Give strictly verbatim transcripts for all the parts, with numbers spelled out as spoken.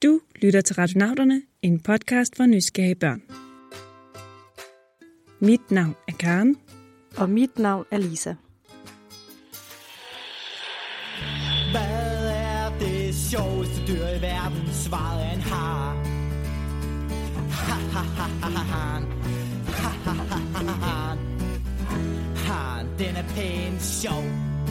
Du lytter til Radionauterne, en podcast for nysgerrige børn. Mit navn er Karen. Og mit navn er Lisa. Hvad er det sjoveste dyr i verden? Svaret er en har. Ha ha ha ha ha ha. Ha ha ha ha ha. Haren, den er pænt sjov.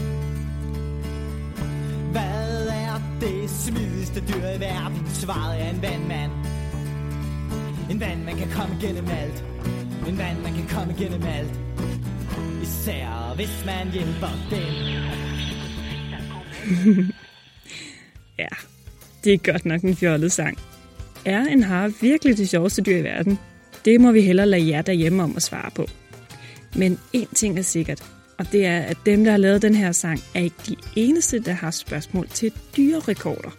Hvad er det smidigste dyr i verden? Svaret er en vandmand. En vandmand kan komme gennem alt. En vandmand kan komme gennem alt. Især hvis man hjælper dem. Ja, det er godt nok en fjollet sang. Er en hare virkelig det sjoveste dyr i verden? Det må vi hellere lade jer derhjemme om at svare på. Men én ting er sikkert, og det er, at dem, der har lavet den her sang, er ikke de eneste, der har spørgsmål til dyrerekorder.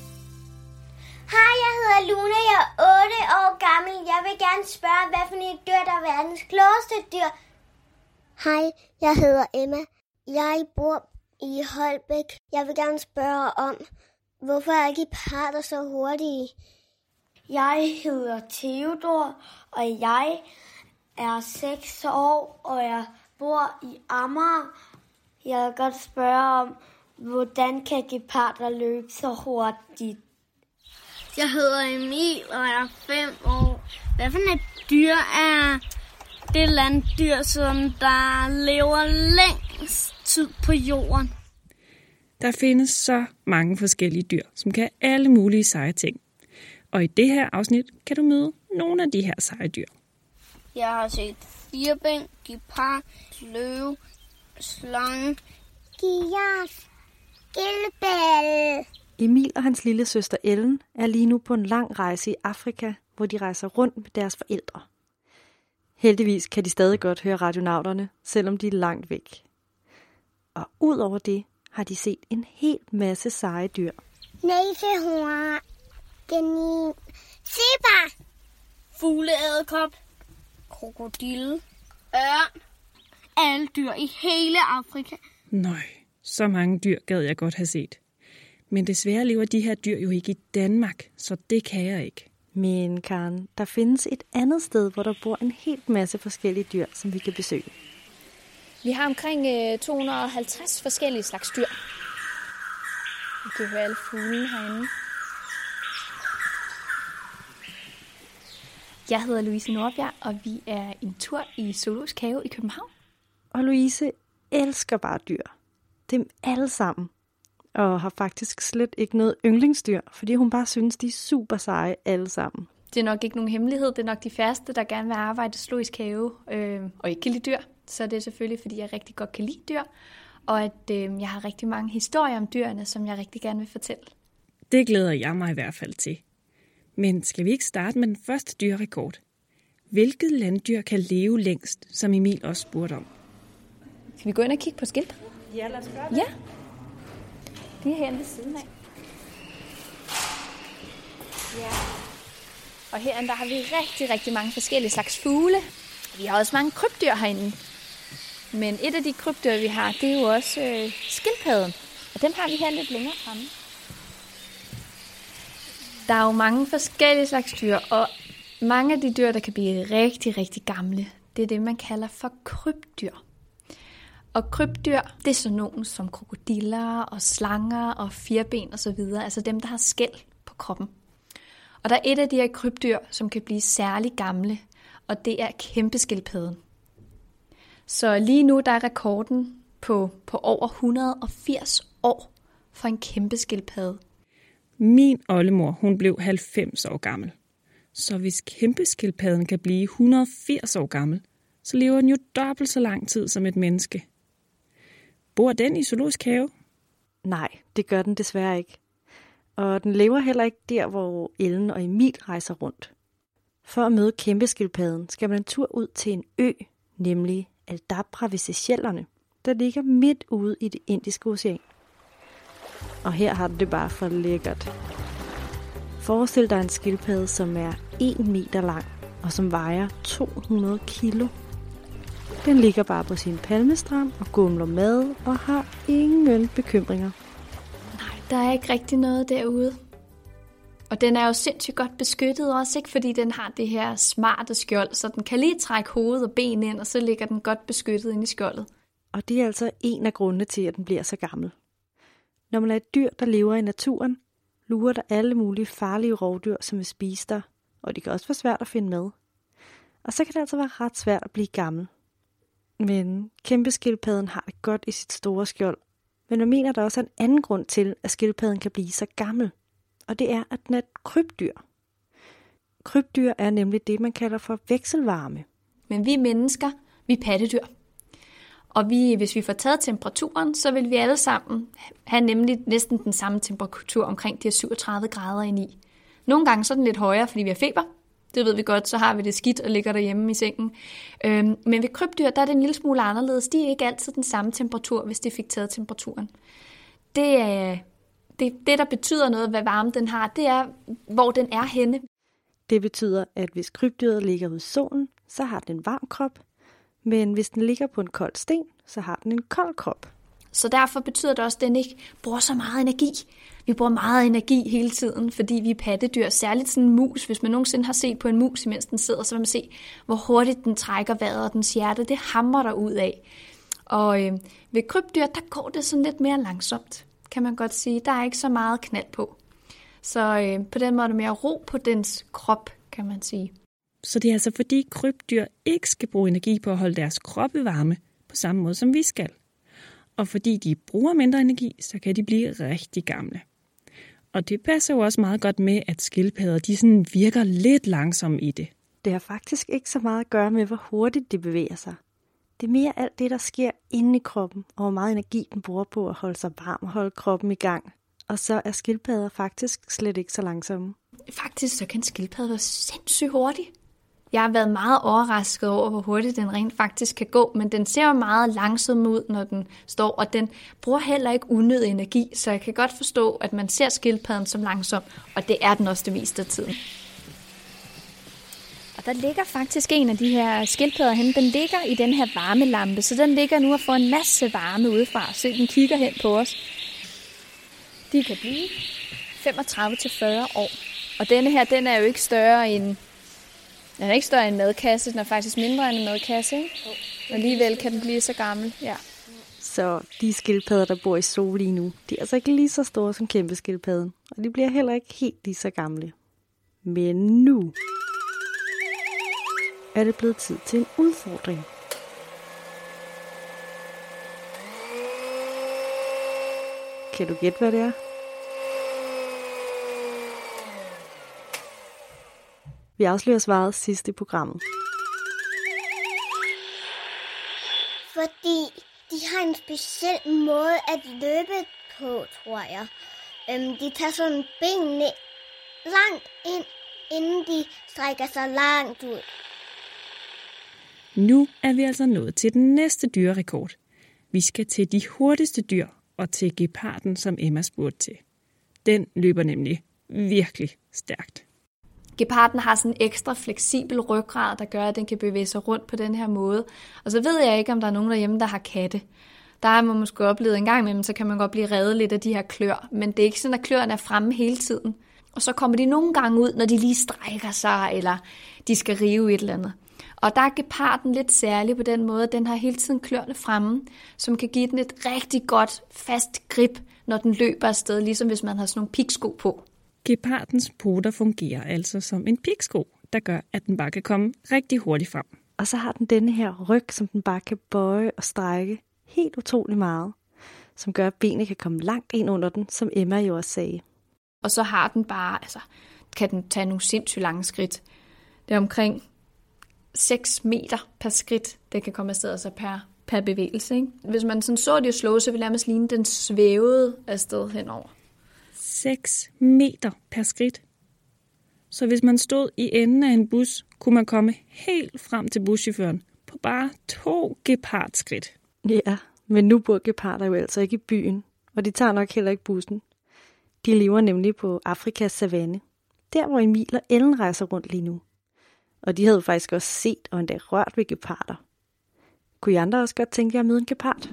Hej, jeg hedder Luna, jeg er otte år gammel. Jeg vil gerne spørge, hvad for et dyr, der er verdens klogeste dyr. Hej, jeg hedder Emma. Jeg bor i Holbæk. Jeg vil gerne spørge om, hvorfor er geparder så hurtige? Jeg hedder Theodor, og jeg er seks år, og jeg bor i Amager. Jeg vil godt spørge om, hvordan kan geparder løbe så hurtigt? Jeg hedder Emil, og jeg er fem år. Hvad for et dyr er det landdyr, som der lever længst tid på jorden? Der findes så mange forskellige dyr, som kan alle mulige seje ting. Og i det her afsnit kan du møde nogle af de her seje dyr. Jeg har set firben, gepard, løve, slange, giraf, skildpadde. Emil og hans lille søster Ellen er lige nu på en lang rejse i Afrika, hvor de rejser rundt med deres forældre. Heldigvis kan de stadig godt høre Radionauterne, selvom de er langt væk. Og udover det har de set en hel masse seje dyr. Næsehorn, kanin, zebra, fugleæderkop, krokodille, ørn. Alle dyr i hele Afrika. Nøj, så mange dyr gad jeg godt have set. Men desværre lever de her dyr jo ikke i Danmark, så det kan jeg ikke. Men Karen, der findes et andet sted, hvor der bor en helt masse forskellige dyr, som vi kan besøge. Vi har omkring to hundrede og halvtreds forskellige slags dyr. Vi kan høre alle fuglene herinde. Jeg hedder Louise Nordbjerg, og vi er en tur i Zoologisk Have i København. Og Louise elsker bare dyr. Dem alle sammen. Og har faktisk slet ikke noget yndlingsdyr, fordi hun bare synes, de er super seje alle sammen. Det er nok ikke nogen hemmelighed. Det er nok de færreste, der gerne vil arbejde i Zoologisk Have øh, og ikke kan lide dyr. Så det er selvfølgelig, fordi jeg rigtig godt kan lide dyr. Og at øh, jeg har rigtig mange historier om dyrene, som jeg rigtig gerne vil fortælle. Det glæder jeg mig i hvert fald til. Men skal vi ikke starte med den første dyrerekord? Hvilket landdyr kan leve længst, som Emil også spurgte om? Skal vi gå ind og kigge på skiltet? Ja, lad os gøre det. Ja. Det er herinde ved siden af. Ja. Og herinde der har vi rigtig, rigtig mange forskellige slags fugle. Vi har også mange krybdyr herinde. Men et af de krybdyr, vi har, det er jo også øh, skildpadden. Og dem har vi her lidt længere fremme. Der er jo mange forskellige slags dyr, og mange af de dyr, der kan blive rigtig, rigtig gamle, det er det, man kalder for krybdyr. Og krybdyr, det er sådan nogle som krokodiller og slanger og firben og så videre, altså dem, der har skæl på kroppen. Og der er et af de her krybdyr, som kan blive særlig gamle, og det er kæmpeskildpadden. Så lige nu der er rekorden på, på over et hundrede og firs år for en kæmpeskildpadde. Min oldemor, hun blev halvfems år gammel. Så hvis kæmpeskildpadden kan blive et hundrede og firs år gammel, så lever den jo dobbelt så lang tid som et menneske. Bor den i Zoologisk Have? Nej, det gør den desværre ikke. Og den lever heller ikke der, hvor Ellen og Emil rejser rundt. For at møde kæmpeskildpadden skal man en tur ud til en ø, nemlig Aldabra ved Seychellerne, der ligger midt ude i det Indiske Ocean. Og her har den det bare for lækkert. Forestil dig en skildpadde, som er en meter lang og som vejer to hundrede kilo. Den ligger bare på sin palmestrand og gumler mad og har ingen bekymringer. Nej, der er ikke rigtig noget derude. Og den er jo sindssygt godt beskyttet også, ikke? Fordi den har det her smarte skjold, så den kan lige trække hovedet og ben ind, og så ligger den godt beskyttet inde i skjoldet. Og det er altså en af grundene til, at den bliver så gammel. Når man er et dyr, der lever i naturen, lurer der alle mulige farlige rovdyr, som vil spise dig, og det kan også være svært at finde mad. Og så kan det altså være ret svært at blive gammel. Men kæmpeskildpadden har det godt i sit store skjold. Men man mener, der også er en anden grund til, at skildpadden kan blive så gammel. Og det er, at den er et krybdyr. Krybdyr er nemlig det, man kalder for vekselvarme. Men vi mennesker, vi er pattedyr. Og vi, hvis vi får taget temperaturen, så vil vi alle sammen have nemlig næsten den samme temperatur omkring de her syvogtredive grader indeni. Nogle gange så er den lidt højere, fordi vi har feber. Det ved vi godt, så har vi det skidt og ligger derhjemme i sengen. Øhm, men ved krybdyr, der er det en lille smule anderledes. De er ikke altid den samme temperatur, hvis de fik taget temperaturen. Det, øh, det, det, der betyder noget, hvad varme den har, det er, hvor den er henne. Det betyder, at hvis krybdyret ligger ud i solen, så har den en varm krop. Men hvis den ligger på en kold sten, så har den en kold krop. Så derfor betyder det også, at den ikke bruger så meget energi. Vi bruger meget energi hele tiden, fordi vi er pattedyr. Særligt sådan en mus. Hvis man nogensinde har set på en mus, imens den sidder, så vil man se, hvor hurtigt den trækker vejret, og dens hjerte, det hamrer der ud af. Og øh, ved krybdyr, der går det sådan lidt mere langsomt, kan man godt sige. Der er ikke så meget knald på. Så øh, på den måde er det mere ro på dens krop, kan man sige. Så det er altså fordi krybdyr ikke skal bruge energi på at holde deres kroppe varme på samme måde som vi skal. Og fordi de bruger mindre energi, så kan de blive rigtig gamle. Og det passer jo også meget godt med, at skildpadder de sådan virker lidt langsomme i det. Det har faktisk ikke så meget at gøre med, hvor hurtigt de bevæger sig. Det er mere alt det, der sker inde i kroppen, og hvor meget energi den bruger på at holde sig varm og holde kroppen i gang. Og så er skildpadder faktisk slet ikke så langsomme. Faktisk så kan skildpadder være sindssygt hurtigt. Jeg har været meget overrasket over, hvor hurtigt den rent faktisk kan gå, men den ser jo meget langsom ud, når den står, og den bruger heller ikke unødig energi, så jeg kan godt forstå, at man ser skildpadden som langsom, og det er den også det meste af tiden. Og der ligger faktisk en af de her skildpadder henne, den ligger i den her varmelampe, så den ligger nu og får en masse varme udefra, så den kigger hen på os. De kan blive femogtredive til fyrre år, og denne her, den er jo ikke større end Den er ikke større end en madkasse, den er faktisk mindre end en madkasse, ikke? Og alligevel kan den blive så gammel, ja. Så de skildpadder, der bor i Zoo lige nu, de er altså ikke lige så store som kæmpeskildpadden, og de bliver heller ikke helt lige så gamle. Men nu er det blevet tid til en udfordring. Kan du gætte, hvad det er? Vi afslører svaret sidst i programmet. Fordi de har en speciel måde at løbe på, tror jeg. Øhm, de tager sådan benene langt ind, inden de strækker sig langt ud. Nu er vi altså nået til den næste dyrerekord. Vi skal til de hurtigste dyr og til geparden, som Emma spurgte til. Den løber nemlig virkelig stærkt. Geparden har sådan en ekstra fleksibel ryggrad, der gør, at den kan bevæge sig rundt på den her måde. Og så ved jeg ikke, om der er nogen derhjemme, der har katte. Der har man måske oplevet en gang imellem, så kan man godt blive revet lidt af de her klør. Men det er ikke sådan, at kløerne er fremme hele tiden. Og så kommer de nogle gange ud, når de lige strækker sig, eller de skal rive et eller andet. Og der er geparden lidt særlig på den måde, at den har hele tiden kløerne fremme, som kan give den et rigtig godt fast grip, når den løber afsted, ligesom hvis man har sådan nogle pigsko på. Gepardens poter fungerer altså som en pigsko, der gør, at den bare kan komme rigtig hurtigt frem. Og så har den denne her ryg, som den bare kan bøje og strække helt utrolig meget, som gør, at benene kan komme langt ind under den, som Emma jo også sagde. Og så har den bare, altså, kan den tage nogle sindssygt lange skridt. Det er omkring seks meter per skridt, det kan komme afsted altså per, per bevægelse. Ikke? Hvis man sådan så det slå, så ville nærmest ligne, den svævede afsted henover. seks meter per skridt. Så hvis man stod i enden af en bus, kunne man komme helt frem til buschaufføren på bare to gepardskridt. Ja, men nu bor geparder jo altså ikke i byen, og de tager nok heller ikke bussen. De lever nemlig på Afrikas savanne, der hvor Emil og Ellen rejser rundt lige nu. Og de havde faktisk også set og endda rørt ved geparder. Kunne I andre også godt tænke jer at møde en gepard?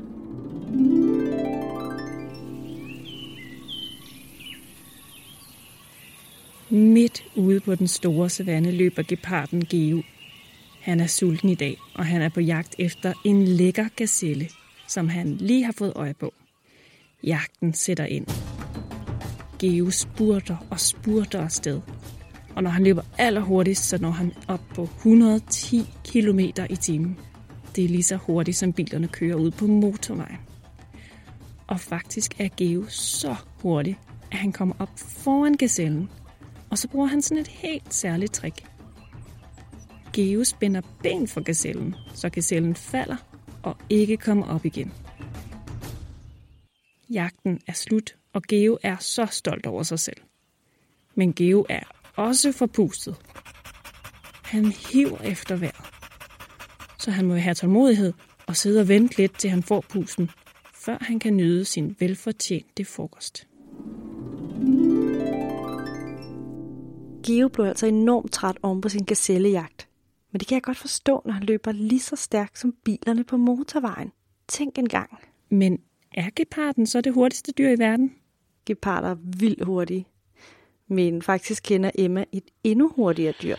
Midt ude på den store savanne løber geparden Geo. Han er sulten i dag, og han er på jagt efter en lækker gazelle, som han lige har fået øje på. Jagten sætter ind. Geo spurter og spurter afsted. Og når han løber allerhurtigst, så når han op på et hundrede og ti kilometer i timen. Det er lige så hurtigt, som bilerne kører ud på motorvejen. Og faktisk er Geo så hurtig, at han kommer op foran gazellen. Og så bruger han sådan et helt særligt trick. Geo spænder ben for gazellen, så gazellen falder og ikke kommer op igen. Jagten er slut, og Geo er så stolt over sig selv. Men Geo er også forpustet. Han hiver efter vejret. Så han må have tålmodighed og sidde og vente lidt, til han får pusten, før han kan nyde sin velfortjente frokost. Geo blev altså enormt træt oven på sin gazellejagt. Men det kan jeg godt forstå, når han løber lige så stærkt som bilerne på motorvejen. Tænk engang. Men er geparden så det hurtigste dyr i verden? Geparder er vildt hurtige. Men faktisk kender Emma et endnu hurtigere dyr.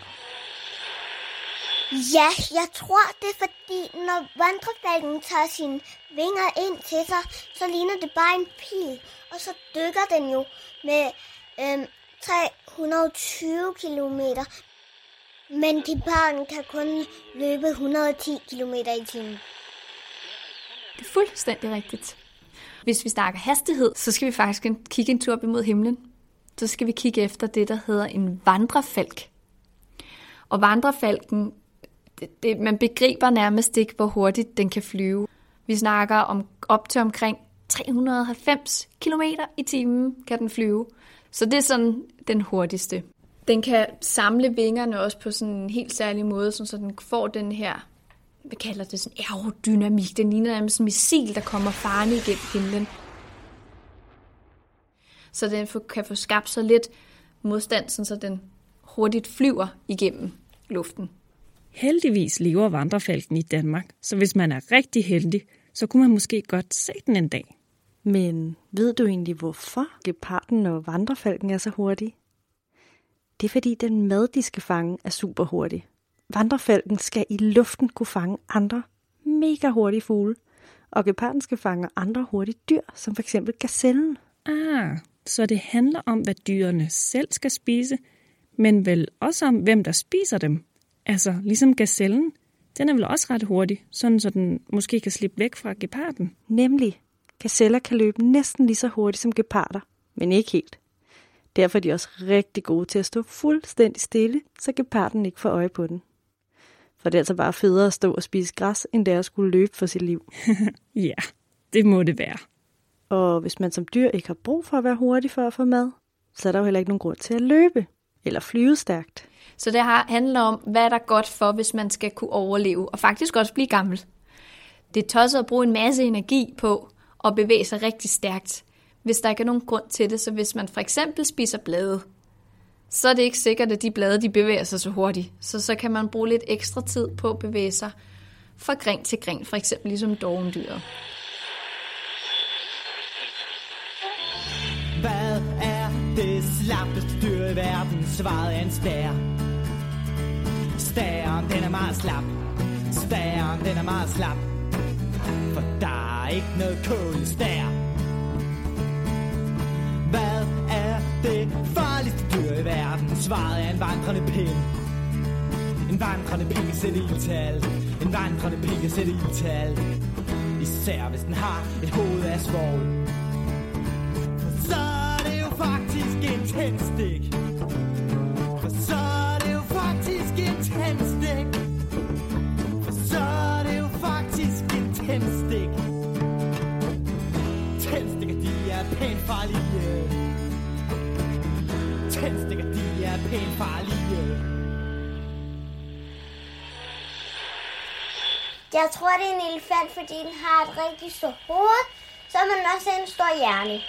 Ja, jeg tror, det er fordi, når vandrefalken tager sine vinger ind til sig, så ligner det bare en pil. Og så dykker den jo med øhm, tre hundrede og tyve kilometer. Men geparden kan kun løbe et hundrede og ti kilometer i timen. Det er fuldstændig rigtigt. Hvis vi snakker hastighed, så skal vi faktisk kigge en tur op imod himlen. Så skal vi kigge efter det, der hedder en vandrefalk. Og vandrefalken, det, det, man begriber nærmest ikke, hvor hurtigt den kan flyve. Vi snakker om op til omkring tre hundrede og halvfems kilometer i timen kan den flyve. Så det er sådan den hurtigste. Den kan samle vingerne også på sådan en helt særlig måde, så den får den her, vi kalder det sådan aerodynamik. Den ligner nærmest en missil, der kommer farne igennem himlen. Så den kan få skabt så lidt modstand, så den hurtigt flyver igennem luften. Heldigvis lever vandrefalken i Danmark, så hvis man er rigtig heldig, så kunne man måske godt se den en dag. Men ved du egentlig, hvorfor geparden og vandrefalken er så hurtige? Det er fordi, den mad, de skal fange, er super hurtig. Vandrefalken skal i luften kunne fange andre mega hurtige fugle, og geparden skal fange andre hurtige dyr, som f.eks. gazellen. Ah, så det handler om, hvad dyrene selv skal spise, men vel også om, hvem der spiser dem. Altså, ligesom gazellen, den er vel også ret hurtig, sådan så den måske kan slippe væk fra geparden. Nemlig, gazeller kan løbe næsten lige så hurtigt som geparder, men ikke helt. Derfor er de også rigtig gode til at stå fuldstændig stille, så geparden ikke får øje på den. For det er altså bare federe at stå og spise græs, end det er at skulle løbe for sit liv. Ja, det må det være. Og hvis man som dyr ikke har brug for at være hurtig for at få mad, så er der jo heller ikke nogen grund til at løbe eller flyve stærkt. Så det handler om, hvad der er godt for, hvis man skal kunne overleve og faktisk også blive gammel. Det er tosset at bruge en masse energi på at bevæge sig rigtig stærkt, hvis der ikke er nogen grund til det. Så hvis man for eksempel spiser blade, så er det ikke sikkert, at de blade de bevæger sig så hurtigt. Så så kan man bruge lidt ekstra tid på at bevæge sig fra gren til gren, for eksempel ligesom dovendyret. Hvad er det slappeste dyr i verden? Svaret er en stær. Stæren, den er meget slap. Stæren, den er meget slap. For der er ikke noget kål i stær. Hvad er det farligste dyr i verden? Svaret er en vandrende pind. En vandrende pind kan sætte ild til alt. En vandrende pind kan sætte ild til alt. Især hvis den har et hoved af svovl. Så er det jo faktisk en tændstik. For så er det jo faktisk en tændstik. For så er det jo faktisk en tændstik. Tændstikker, de er pænt farlige. Tændstikker, de er pænt farlige. Jeg tror, det er en elefant, fordi den har et rigtig stort hoved, så har man også en stor hjerne.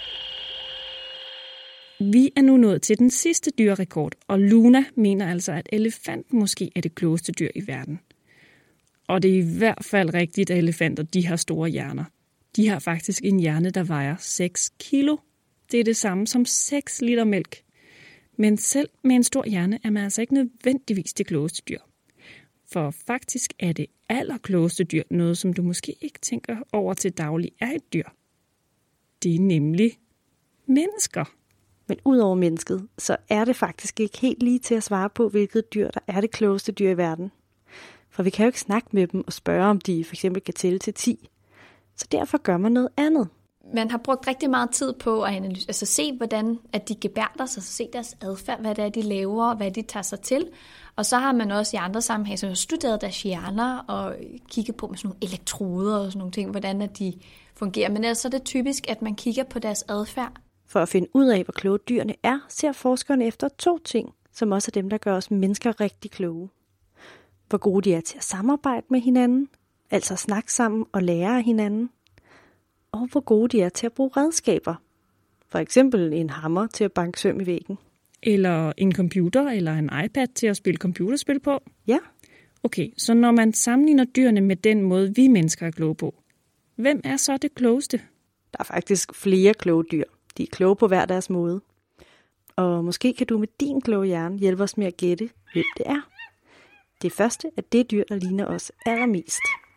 Vi er nu nået til den sidste dyrerekord, og Luna mener altså, at elefanten måske er det klogeste dyr i verden. Og det er i hvert fald rigtigt, at elefanter de har store hjerner. De har faktisk en hjerne, der vejer seks kilo. Det er det samme som seks liter mælk. Men selv med en stor hjerne er man altså ikke nødvendigvis det klogeste dyr. For faktisk er det allerklogeste dyr noget, som du måske ikke tænker over til daglig er et dyr. Det er nemlig mennesker. Men udover mennesket, så er det faktisk ikke helt lige til at svare på, hvilket dyr, der er det klogeste dyr i verden. For vi kan jo ikke snakke med dem og spørge, om de for eksempel kan tælle til ti. Så derfor gør man noget andet. Man har brugt rigtig meget tid på at analysere, altså se, hvordan at de gebærder sig, så se deres adfærd, hvad det er, de laver, og hvad de tager sig til. Og så har man også i andre sammenhæng så studeret deres hjerner og kigget på med sådan nogle elektroder og sådan nogle ting, hvordan at de fungerer. Men ellers er det typisk, at man kigger på deres adfærd. For at finde ud af, hvor kloge dyrene er, ser forskerne efter to ting, som også er dem, der gør os mennesker rigtig kloge. Hvor gode de er til at samarbejde med hinanden, altså snakke sammen og lære af hinanden. Og hvor gode de er til at bruge redskaber. For eksempel en hammer til at banke søm i væggen. Eller en computer eller en iPad til at spille computerspil på. Ja. Okay, så når man sammenligner dyrene med den måde, vi mennesker er kloge på, hvem er så det klogeste? Der er faktisk flere kloge dyr. De er kloge på hver deres måde. Og måske kan du med din kloge hjerne hjælpe os med at gætte, hvem det er. Det første er det dyr, der ligner os allermest.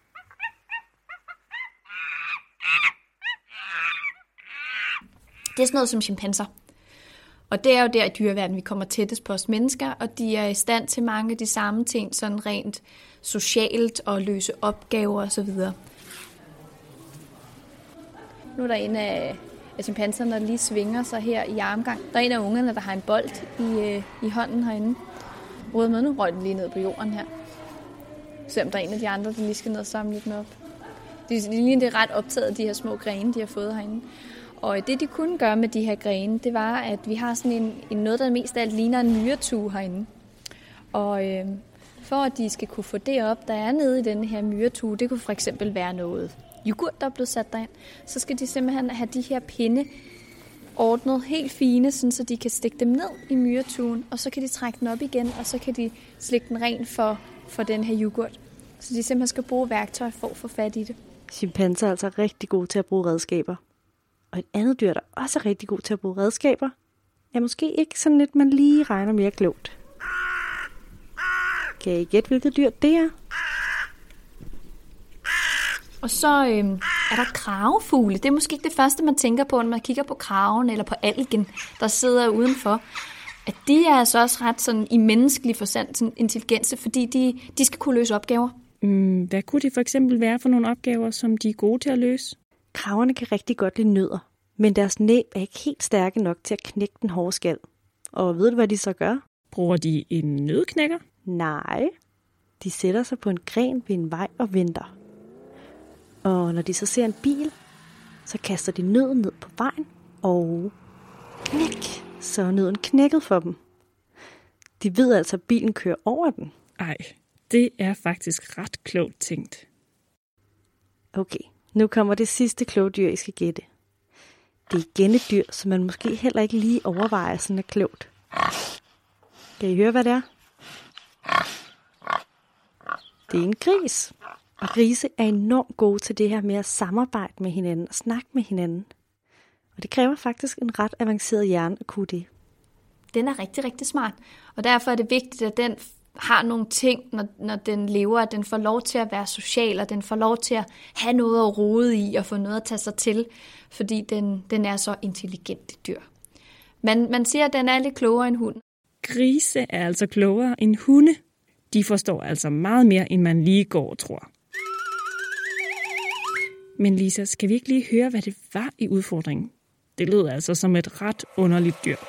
Det er sådan noget som chimpanser. Og det er jo der i dyreverdenen, vi kommer tættest på os mennesker, og de er i stand til mange af de samme ting, sådan rent socialt og løse opgaver osv. Nu er der en af, af chimpanserne, der lige svinger sig her i armgang. Der er en af ungerne, der har en bold i, i hånden herinde. Rød med, nu røg den lige ned på jorden her. Selvom der er en af de andre, der lige skal ned og samle den op. De, de, de, de er ret optaget af de her små grene, de har fået herinde. Og det, de kunne gøre med de her grene, det var, at vi har sådan en, en noget, der mest af alt ligner en myretue herinde. Og øh, for at de skal kunne få det op, der er nede i denne her myretue, det kunne for eksempel være noget yoghurt, der er blevet sat derind, så skal de simpelthen have de her pinde ordnet helt fine, sådan, så de kan stikke dem ned i myretuen, og så kan de trække den op igen, og så kan de slikke den ren for, for den her yoghurt. Så de simpelthen skal bruge værktøj for at få fat i det. Chimpanser er altså rigtig gode til at bruge redskaber. Og et andet dyr, der også er rigtig god til at bruge redskaber, er måske ikke sådan lidt, man lige regner mere klogt. Kan I gætte, hvilket dyr det er? Og så øh, er der kragefugle. Det er måske ikke det første, man tænker på, når man kigger på kragen eller på algen, der sidder udenfor. At de er altså også ret sådan, i menneskelig forstand sådan, intelligense, fordi de, de skal kunne løse opgaver. Mm, hvad kunne det for eksempel være for nogle opgaver, som de er gode til at løse? Kragerne kan rigtig godt lide nødder, men deres næb er ikke helt stærke nok til at knække den hårde skal. Og ved du, hvad de så gør? Bruger de en nødknækker? Nej, de sætter sig på en gren ved en vej og venter. Og når de så ser en bil, så kaster de nøden ned på vejen, og knæk, så er nøden knækket for dem. De ved altså, at bilen kører over den. Ej, det er faktisk ret klogt tænkt. Okay, nu kommer det sidste kloge dyr, I skal gætte. Det er igen et dyr, som man måske heller ikke lige overvejer sådan er klogt. Kan I høre, hvad det er? Det er en gris. Og grise er enormt gode til det her med at samarbejde med hinanden og snakke med hinanden. Og det kræver faktisk en ret avanceret hjerne at kunne det. Den er rigtig, rigtig smart. Og derfor er det vigtigt, at den har nogle ting, når, når den lever, at den får lov til at være social, og den får lov til at have noget at rode i og få noget at tage sig til, fordi den, den er så intelligent et dyr. Man, man siger, at den er lidt klogere end hunden. Grise er altså klogere end hunde. De forstår altså meget mere, end man lige går og tror. Men Lisa, skal vi ikke lige høre, hvad det var i udfordringen? Det lød altså som et ret underligt dyr.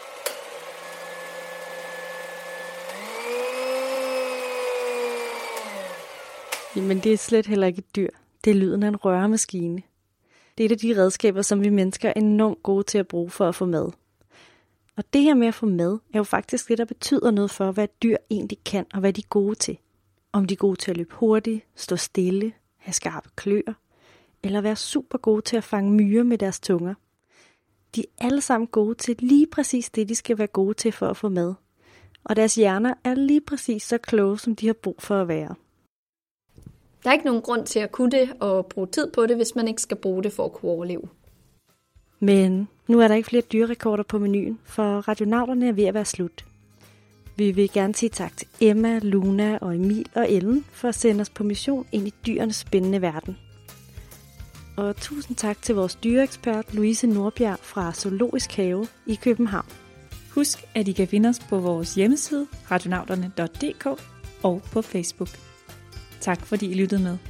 Jamen, det er slet heller ikke et dyr. Det er lyden af en røremaskine. Det er et af de redskaber, som vi mennesker er enormt gode til at bruge for at få mad. Og det her med at få mad, er jo faktisk det, der betyder noget for, hvad et dyr egentlig kan, og hvad de er gode til. Om de er gode til at løbe hurtigt, stå stille, have skarpe kløer, eller være super gode til at fange myrer med deres tunger. De er alle sammen gode til lige præcis det, de skal være gode til for at få mad. Og deres hjerner er lige præcis så kloge, som de har brug for at være. Der er ikke nogen grund til at kunne det og bruge tid på det, hvis man ikke skal bruge det for at kunne overleve. Men Nu er der ikke flere dyrerekorder på menuen, for Radionauterne er ved at være slut. Vi vil gerne sige tak til Emma, Luna og Emil og Ellen for at sende os på mission ind i dyrenes spændende verden. Og tusind tak til vores dyreekspert Louise Nordbjerg fra Zoologisk Have i København. Husk, at I kan finde os på vores hjemmeside radionauterne punktum d k og på Facebook. Tak fordi I lyttede med.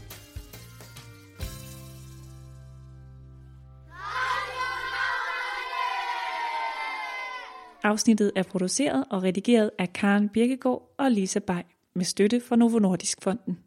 Afsnittet er produceret og redigeret af Karen Birkegaard og Lisa Bay med støtte fra Novo Nordisk Fonden.